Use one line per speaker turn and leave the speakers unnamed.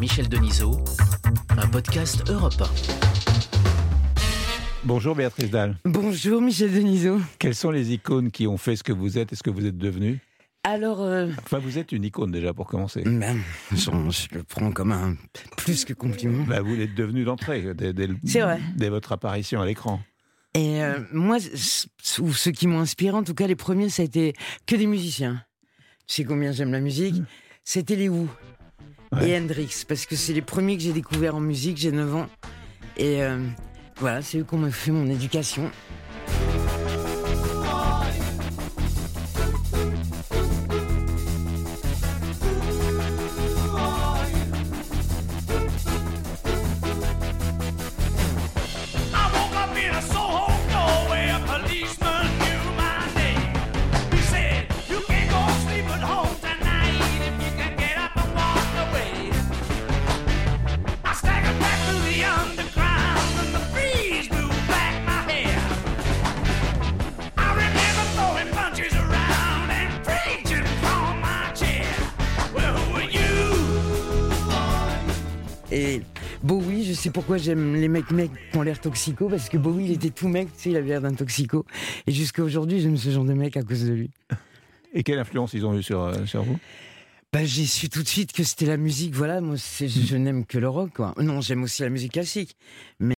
Michel Denisot, un podcast Europe 1.
Bonjour Béatrice Dalle.
Bonjour Michel Denisot.
Quelles sont les icônes qui ont fait ce que vous êtes et ce que vous êtes devenu ?
Alors...
Enfin, vous êtes une icône déjà pour commencer.
Je le prends comme un plus que compliment.
Vous l'êtes devenu d'entrée,
C'est vrai.
Dès votre apparition à l'écran.
Et moi, ou ceux qui m'ont inspiré, en tout cas les premiers, ça a été que des musiciens. Tu sais combien j'aime la musique. C'était les Who et Hendrix, parce que c'est les premiers que j'ai découverts en musique, j'ai 9 ans. Et voilà, c'est eux qui m'ont fait mon éducation. Et Bowie, je sais pourquoi j'aime les mecs qui ont l'air toxicos, parce que Bowie, il était tout mec, tu sais, il avait l'air d'un toxico. Et jusqu'à aujourd'hui, j'aime ce genre de mec à cause de lui.
Et quelle influence ils ont eu sur vous ?
J'ai su tout de suite que c'était la musique, voilà, moi je n'aime que le rock, quoi. Non, j'aime aussi la musique classique. Mais